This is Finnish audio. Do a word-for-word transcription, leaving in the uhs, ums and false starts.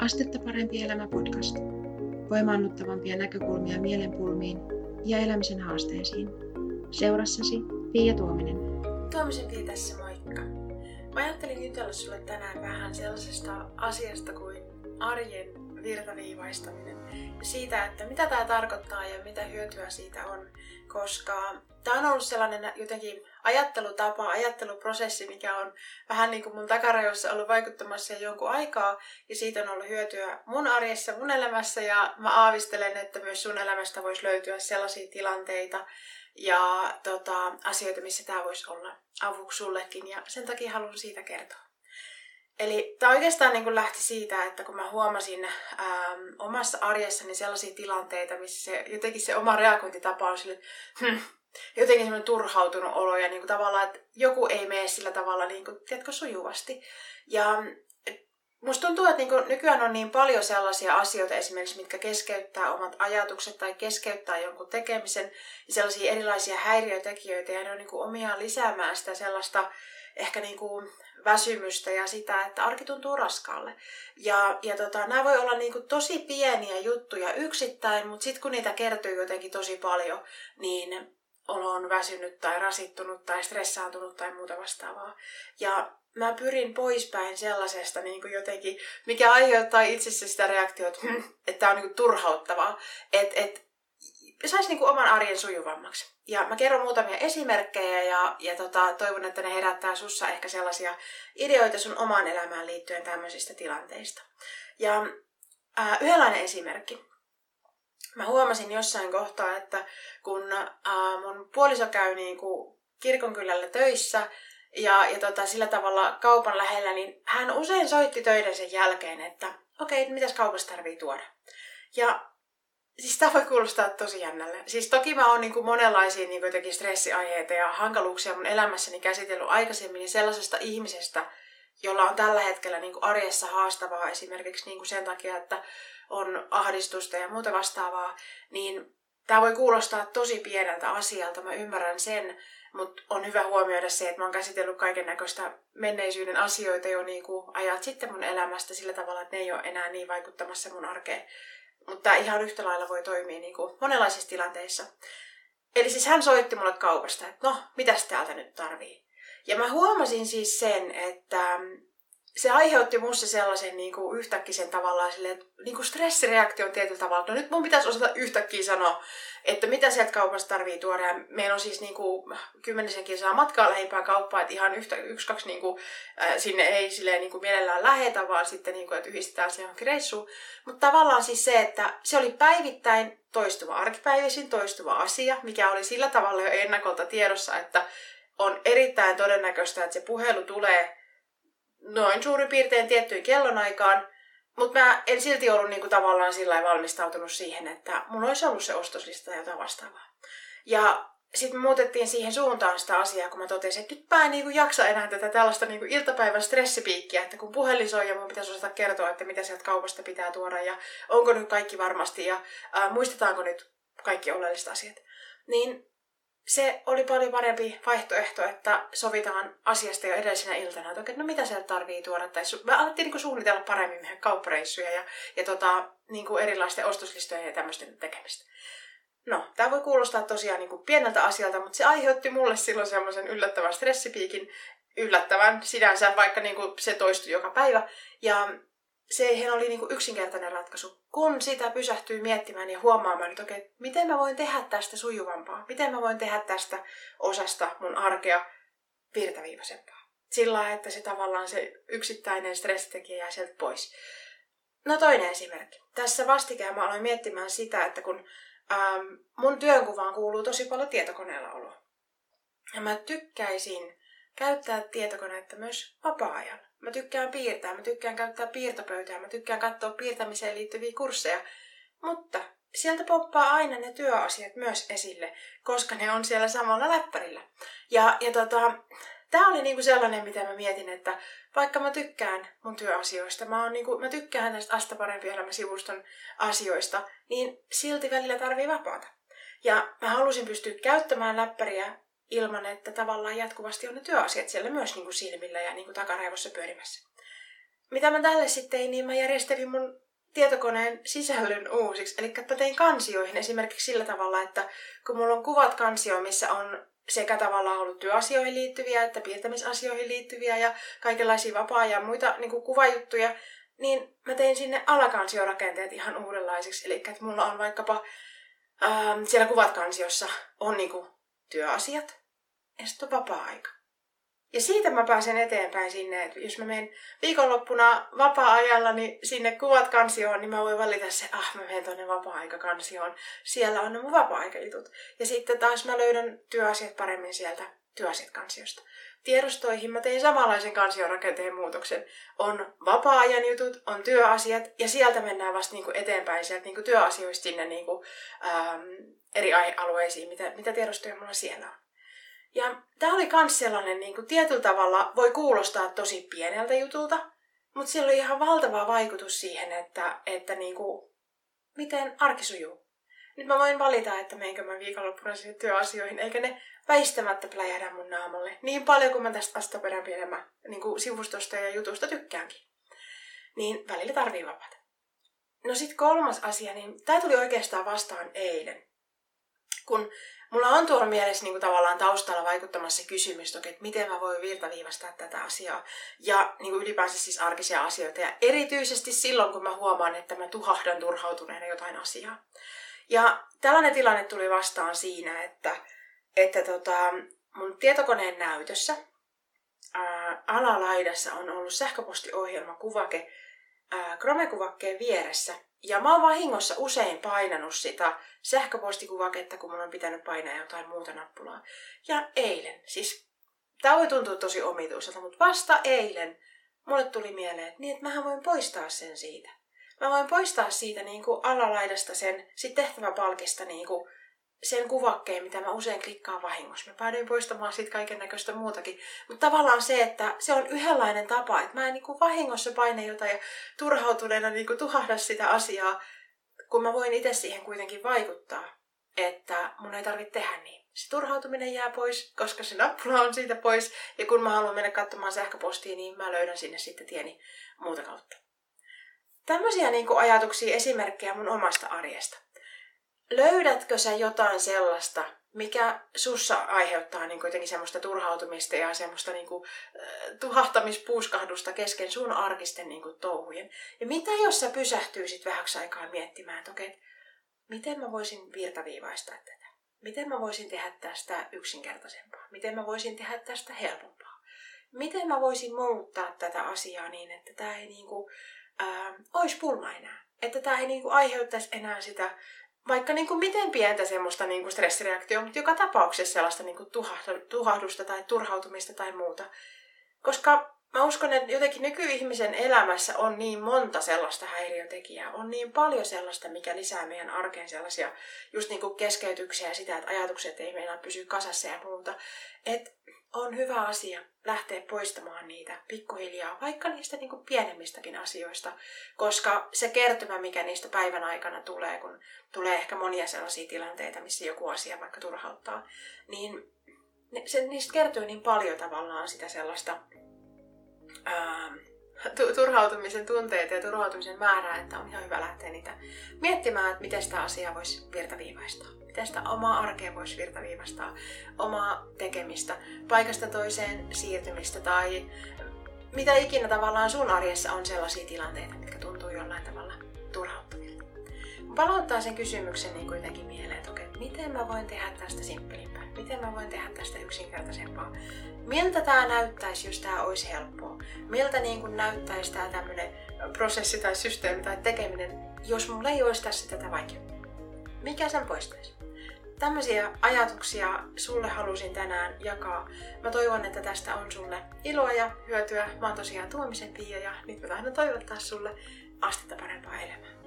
Astetta parempi elämä podcast. Voimaannuttavampia näkökulmia mielenpulmiin ja elämisen haasteisiin. Seurassasi Pia Tuominen. Tuomisen Pia tässä, moikka. Mä ajattelin jutella sulle tänään vähän sellaisesta asiasta kuin arjen virtaviivaistaminen. Ja siitä, että mitä tää tarkoittaa ja mitä hyötyä siitä on. Koska tää on ollut sellainen jotenkin ajattelutapa, ajatteluprosessi, mikä on vähän niin kuin mun takarajoissa ollut vaikuttamassa jo jonkun aikaa. Ja siitä on ollut hyötyä mun arjessa, mun elämässä. Ja mä aavistelen, että myös sun elämästä voisi löytyä sellaisia tilanteita ja tota, asioita, missä tää voisi olla avuksi sullekin. Ja sen takia haluan siitä kertoa. Eli tämä oikeastaan niin kuin lähti siitä, että kun mä huomasin äm, omassa arjessani sellaisia tilanteita, missä se, jotenkin se oma reagointitapa on sille, hm, jotenkin semmoinen turhautunut olo ja niin kuin tavallaan, että joku ei mene sillä tavalla niin kuin, tiedätkö, sujuvasti. Ja musta tuntuu, että niin kuin nykyään on niin paljon sellaisia asioita esimerkiksi, mitkä keskeyttää omat ajatukset tai keskeyttää jonkun tekemisen ja sellaisia erilaisia häiriötekijöitä ja ne on niin kuin omiaan lisäämään sitä sellaista ehkä niin kuin väsymystä ja sitä, että arki tuntuu raskaalle. Ja, ja tota, nämä voi olla niin kuin tosi pieniä juttuja yksittäin, mutta sitten kun niitä kertyy jotenkin tosi paljon, niin olo on väsynyt tai rasittunut tai stressaantunut tai muuta vastaavaa. Ja mä pyrin poispäin sellaisesta niin kuin jotenkin, mikä aiheuttaa itsessä sitä reaktiota, että tämä on niin kuin turhauttavaa, että et, saisi niin kuin oman arjen sujuvammaksi. Ja mä kerron muutamia esimerkkejä ja, ja tota, toivon, että ne herättää sussa ehkä sellaisia ideoita sun omaan elämään liittyen tämmöisistä tilanteista. Ja ää, yhdenlainen esimerkki. Mä huomasin jossain kohtaa, että kun ää, mun puoliso käy niin kuin kirkonkylällä töissä ja, ja tota, sillä tavalla kaupan lähellä, niin hän usein soitti töiden sen jälkeen, että okei, okay, mitäs kaupassa tarvii tuoda. Ja siis tämä voi kuulostaa tosi jännälle. Siis toki mä oon niin kuin monenlaisia niin kuin stressiaiheita ja hankaluuksia mun elämässäni käsitellyt aikaisemmin ja sellaisesta ihmisestä, jolla on tällä hetkellä niin kuin arjessa haastavaa esimerkiksi niin kuin sen takia, että on ahdistusta ja muuta vastaavaa, niin tämä voi kuulostaa tosi pieneltä asialta, mä ymmärrän sen, mutta on hyvä huomioida se, että mä oon käsitellyt kaiken näköistä menneisyyden asioita jo niin kuin ajat sitten mun elämästä sillä tavalla, että ne ei ole enää niin vaikuttamassa mun arkeen. Mutta ihan yhtä lailla voi toimia niin kuin monenlaisissa tilanteissa. Eli siis hän soitti mulle kaupasta, että no, mitäs täältä nyt tarvii? Ja mä huomasin siis sen, että se aiheutti musta sellaisen niin kuin yhtäkkisen tavallaan silleen, että niin kuin stressireaktion tietyllä tavalla. No nyt mun pitäisi osata yhtäkkiä sanoa, että mitä sieltä kaupasta tarvii tuoda. Ja meillä on siis niin kuin kymmenisen kilsaa matkaa lähimpään kauppaan, että ihan yhtä, yksi, kaksi niin kuin, äh, sinne ei silleen niin kuin mielellään lähetä, vaan sitten niin kuin, että yhdistetään se johonkin reissuun. Mutta tavallaan siis se, että se oli päivittäin toistuva arkipäivisin toistuva asia, mikä oli sillä tavalla jo ennakolta tiedossa, että on erittäin todennäköistä, että se puhelu tulee noin suurin piirtein tiettyyn kellonaikaan, mutta mä en silti ollut niinku tavallaan sillä valmistautunut siihen, että mulla olisi ollut se ostoslista tai jotain vastaavaa. Ja sitten me muutettiin siihen suuntaan sitä asiaa, kun mä totesin, että nyt mä en niinku jaksa enää tätä tällaista niinku iltapäivän stressipiikkiä, että kun puhelin soi ja mun pitäisi osata kertoa, että mitä sieltä kaupasta pitää tuoda ja onko nyt kaikki varmasti ja ää, muistetaanko nyt kaikki oleelliset asiat. Niin se oli paljon parempi vaihtoehto, että sovitaan asiasta jo edellisenä iltana, että okei, no mitä sieltä tarvii tuoda. Tai su- me alettiin niin kuin suunnitella paremmin meidän kauppareissuja ja, ja tota, niin kuin erilaisten ostoslistojen ja tämmöisten tekemistä. No, tämä voi kuulostaa tosiaan niin kuin pieneltä asialta, mutta se aiheutti mulle silloin semmoisen yllättävän stressipiikin, yllättävän sinänsä, vaikka niin kuin se toistui joka päivä. Ja siihen oli niin kuin yksinkertainen ratkaisu, kun sitä pysähtyy miettimään ja huomaamaan, että okei, miten mä voin tehdä tästä sujuvampaa? Miten mä voin tehdä tästä osasta mun arkea virtaviivaisempaa? Sillä lailla, että se tavallaan se yksittäinen stressitekijä jää sieltä pois. No toinen esimerkki. Tässä vastikään mä aloin miettimään sitä, että kun ähm, mun työnkuvaan kuuluu tosi paljon tietokoneella oloa. Ja mä tykkäisin käyttää tietokoneetta myös vapaa-ajalla. Mä tykkään piirtää, mä tykkään käyttää piirtopöytää, mä tykkään katsoa piirtämiseen liittyviä kursseja. Mutta sieltä poppaa aina ne työasiat myös esille, koska ne on siellä samalla läppärillä. Ja, ja tota, tää oli niinku sellainen, mitä mä mietin, että vaikka mä tykkään mun työasioista, mä, on niinku, mä tykkään tästä Asta parempi elämä-sivuston asioista, niin silti välillä tarvii vapaata. Ja mä halusin pystyä käyttämään läppäriä ilman, että tavallaan jatkuvasti on ne työasiat siellä myös niin kuin silmillä ja niin kuin takaraivossa pyörimässä. mitä mä tälle sitten tein, niin mä järjestelin mun tietokoneen sisällön uusiksi. Eli mä tein kansioihin esimerkiksi sillä tavalla, että kun mulla on kuvat kansioon, missä on sekä tavallaan ollut työasioihin liittyviä että piirtämisasioihin liittyviä ja kaikenlaisia vapaa- ja muita niin kuin kuvajuttuja, niin mä tein sinne alakansiorakenteet ihan uudenlaisiksi. Eli että mulla on vaikkapa ää, siellä kuvat kansiossa on niin kuin työasiat ja sitten on vapaa-aika. Ja siitä mä pääsen eteenpäin sinne, että jos mä menen viikonloppuna vapaa-ajalla sinne kuvat kansioon, niin mä voin valita se, ah mä menen tuonne vapaa-aikakansioon. Siellä on ne mun vapaa-aikajutut. Ja sitten taas mä löydän työasiat paremmin sieltä työasiat kansiosta. Tiedostoihin mä tein samanlaisen kansiorakenteen muutoksen. On vapaa-ajan jutut, on työasiat ja sieltä mennään vasta niinku eteenpäin sieltä niinku työasioista sinne niinku, ähm, eri aihealueisiin, mitä, mitä tiedostoja mulla siellä on. Ja tää oli kans sellainen, niin kuin tietyllä tavalla voi kuulostaa tosi pieneltä jutulta, mutta sillä oli ihan valtava vaikutus siihen, että, että niin kuin, miten arki sujuu. Nyt mä voin valita, että menenkö mä viikonloppuna sinne työasioihin, eikä ne väistämättä pläjähdä mun naamalle. Niin paljon kuin mä tästä vastaperän pidemmä niin kuin sivustosta ja jutusta tykkäänkin. Niin välillä tarvii vapaata. No sit kolmas asia, niin tää tuli oikeastaan vastaan eilen. Kun mulla on tuolla mielessä niin kuin tavallaan taustalla vaikuttamassa kysymys, että miten mä voin virtaviivastaa tätä asiaa. Ja niin kuin ylipäänsä siis arkisia asioita. Ja erityisesti silloin, kun mä huomaan, että mä tuhahdan turhautuneena jotain asiaa. Ja tällainen tilanne tuli vastaan siinä, että, että tota, mun tietokoneen näytössä ää, alalaidassa on ollut sähköpostiohjelma kuvake ää, Chrome-kuvakkeen vieressä. Ja mä oon vahingossa usein painanut sitä sähköpostikuvaketta, kun mun on pitänyt painaa jotain muuta nappulaa. Ja eilen, siis tää voi tuntua tosi omituiselta, mutta vasta eilen mulle tuli mieleen, että, niin, että mähän voin poistaa sen siitä. Mä voin poistaa siitä niin kuin alalaidasta sen sit tehtäväpalkista niin kuin sen kuvakkeen, mitä mä usein klikkaan vahingossa. Mä päädyin poistamaan siitä kaiken näköistä muutakin. Mutta tavallaan se, että se on yhdenlainen tapa, että mä en niin kuin vahingossa paine jotain ja turhautuneena niin kuin tuhahda sitä asiaa, kun mä voin itse siihen kuitenkin vaikuttaa, että mun ei tarvitse tehdä niin. Se turhautuminen jää pois, koska se nappula on siitä pois. Ja kun mä haluan mennä katsomaan sähköpostia, niin mä löydän sinne sitten tieni muuta kautta. Tämmöisiä niin kuin ajatuksia, esimerkkejä mun omasta arjesta. Löydätkö sä jotain sellaista, mikä sussa aiheuttaa niin jotenkin semmoista turhautumista ja semmoista niin kuin, äh, tuhahtamispuuskahdusta kesken sun arkisten niin kuin, touhujen? Ja mitä jos sä pysähtyisit vähäksi aikaa miettimään, että okei, miten mä voisin virtaviivaistaa tätä? Miten mä voisin tehdä tästä yksinkertaisempaa? Miten mä voisin tehdä tästä helpompaa? Miten mä voisin muuttaa tätä asiaa niin, että tää ei niin kuin, äh, olisi pulma enää? Että tää ei niin kuin, aiheuttaisi enää sitä vaikka niin kuin miten pientä semmoista niin kuin stressireaktioa, mutta joka tapauksessa sellaista niin kuin tuhahdusta tai turhautumista tai muuta. Koska mä uskon, että jotenkin nykyihmisen elämässä on niin monta sellaista häiriötekijää, on niin paljon sellaista, mikä lisää meidän arkeen sellaisia just niin kuin keskeytyksiä ja sitä, että ajatukset ei meinaa pysyä kasassa ja muuta. Että on hyvä asia lähteä poistamaan niitä pikkuhiljaa, vaikka niistä niin kuin pienemmistäkin asioista, koska se kertymä, mikä niistä päivän aikana tulee, kun tulee ehkä monia sellaisia tilanteita, missä joku asia vaikka turhauttaa, niin se, niistä kertyy niin paljon tavallaan sitä sellaista ää, turhautumisen tunteita ja turhautumisen määrää, että on ihan hyvä lähteä niitä miettimään, että miten sitä asiaa voisi virtaviivaistaa. Miten sitä omaa arkea voisi virtaviivastaa, omaa tekemistä, paikasta toiseen siirtymistä tai mitä ikinä tavallaan sun arjessa on sellaisia tilanteita, mitkä tuntuu jollain tavalla turhauttavilta. Palauttaa sen kysymyksen niin kuitenkin mieleen, että okei, miten mä voin tehdä tästä simppelimpää? Miten mä voin tehdä tästä yksinkertaisempaa? Miltä tää näyttäisi, jos tää olisi helppoa? Miltä niin kuin näyttäisi tää tämmönen prosessi tai systeemi tai tekeminen, jos mulla ei olisi tässä tätä vaikeutta? Mikä sen poistaisi? Tämmöisiä ajatuksia sulle halusin tänään jakaa. Mä toivon, että tästä on sulle iloa ja hyötyä. Mä oon tosiaan Tuomisen Pia ja nyt mä tahdon toivottaa sulle astetta parempaa elämää.